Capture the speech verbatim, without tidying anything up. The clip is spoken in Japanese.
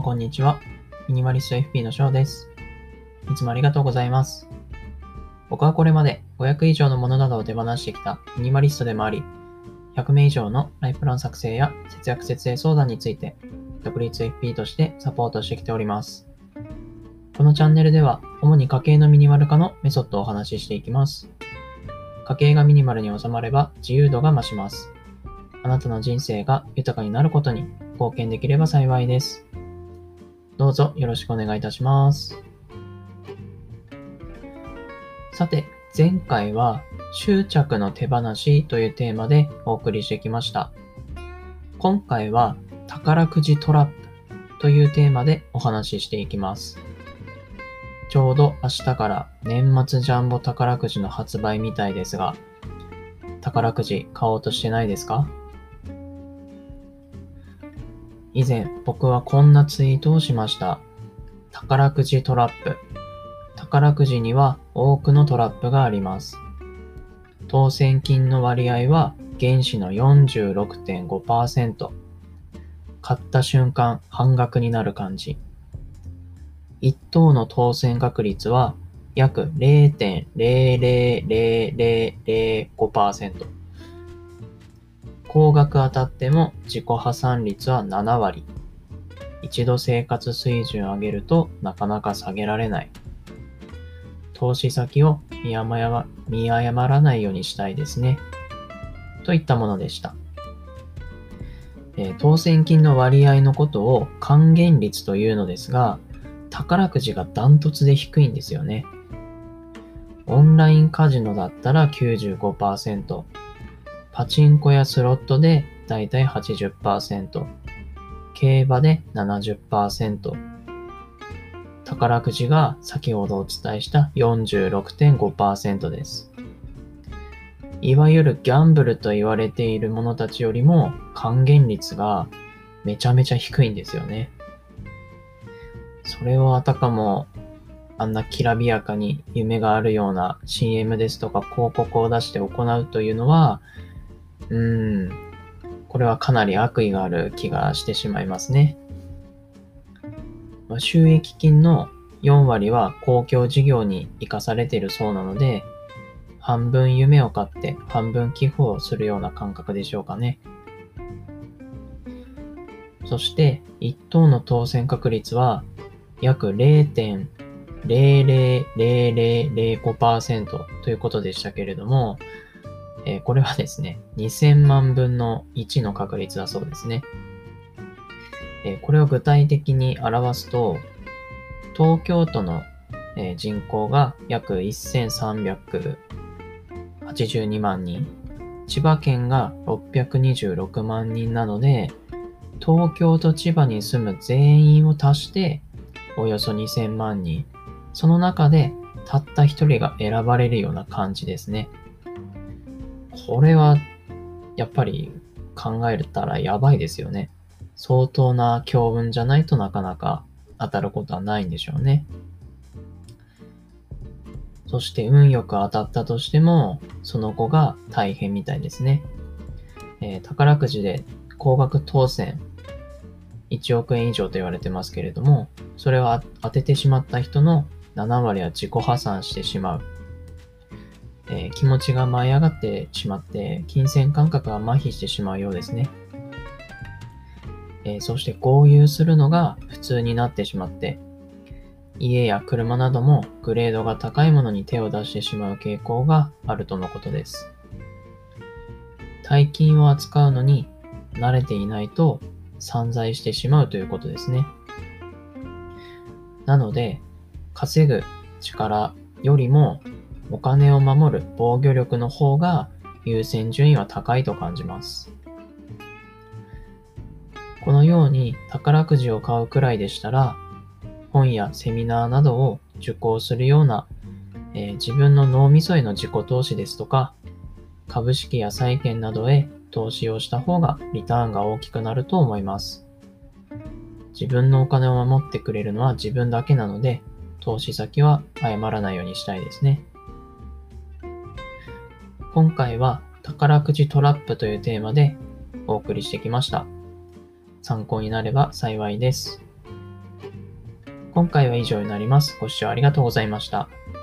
こんにちは。ミニマリスト エフピー の翔です。いつもありがとうございます。僕はこれまでごひゃく以上のものなどを手放してきたミニマリストでもあり、ひゃくめい以上のライフプラン作成や節約節税相談について独立 エフピー としてサポートしてきております。このチャンネルでは主に家計のミニマル化のメソッドをお話ししていきます。家計がミニマルに収まれば自由度が増します。あなたの人生が豊かになることに貢献できれば幸いです。どうぞよろしくお願いいたします。さて、前回は執着の手放しというテーマでお送りしてきました。今回は宝くじトラップというテーマでお話ししていきます。ちょうど明日から年末ジャンボ宝くじの発売みたいですが、宝くじ買おうとしてないですか？以前僕はこんなツイートをしました。宝くじトラップ。宝くじには多くのトラップがあります。当選金の割合は原資の よんじゅうろくてんごパーセント。買った瞬間半額になる感じ。一等の当選確率は約 ゼロてんゼロゼロゼロゼロゼロごパーセント。高額当たっても自己破産率はななわり。一度生活水準上げるとなかなか下げられない。投資先を見誤見誤らないようにしたいですね。といったものでした。えー、当選金の割合のことを還元率というのですが、宝くじがダントツで低いんですよね。オンラインカジノだったら きゅうじゅうごパーセント。パチンコやスロットでだいたい はちじゅっパーセント、競馬で ななじゅっパーセント、宝くじが先ほどお伝えした よんじゅうろくてんごパーセント です。いわゆるギャンブルと言われているものたちよりも還元率がめちゃめちゃ低いんですよね。それをあたかもあんなきらびやかに夢があるような シーエム ですとか広告を出して行うというのはうーん、これはかなり悪意がある気がしてしまいますね。収益金のよんわりは公共事業に生かされているそうなので、半分夢を買って半分寄付をするような感覚でしょうかね。そして一等の当選確率は約 ゼロてんゼロゼロゼロゼロゼロごパーセント ということでしたけれども、えー、これはですね、にせんまんぶんのいちの確率だそうですね。えー、これを具体的に表すと、東京都の、えー、人口が約せんさんびゃくはちじゅうにまんにん、千葉県がろっぴゃくにじゅうろくまんにんなので、東京と千葉に住む全員を足しておよそにせんまんにん、その中でたった一人が選ばれるような感じですね。これはやっぱり考えたらやばいですよね。相当な強運じゃないとなかなか当たることはないんでしょうね。そして運よく当たったとしてもその後が大変みたいですね。えー、宝くじで高額当選いちおくえん以上と言われてますけれども、それを当ててしまった人のななわりは自己破産してしまう。えー、気持ちが舞い上がってしまって金銭感覚が麻痺してしまうようですね。えー、そして豪遊するのが普通になってしまって家や車などもグレードが高いものに手を出してしまう傾向があるとのことです。大金を扱うのに慣れていないと散財してしまうということですね。なので稼ぐ力よりもお金を守る防御力の方が優先順位は高いと感じます。このように宝くじを買うくらいでしたら、本やセミナーなどを受講するような、えー、自分の脳みそへの自己投資ですとか、株式や債券などへ投資をした方がリターンが大きくなると思います。自分のお金を守ってくれるのは自分だけなので、投資先は誤らないようにしたいですね。今回は宝くじトラップというテーマでお送りしてきました。参考になれば幸いです。 今回は以上になります。ご視聴ありがとうございました。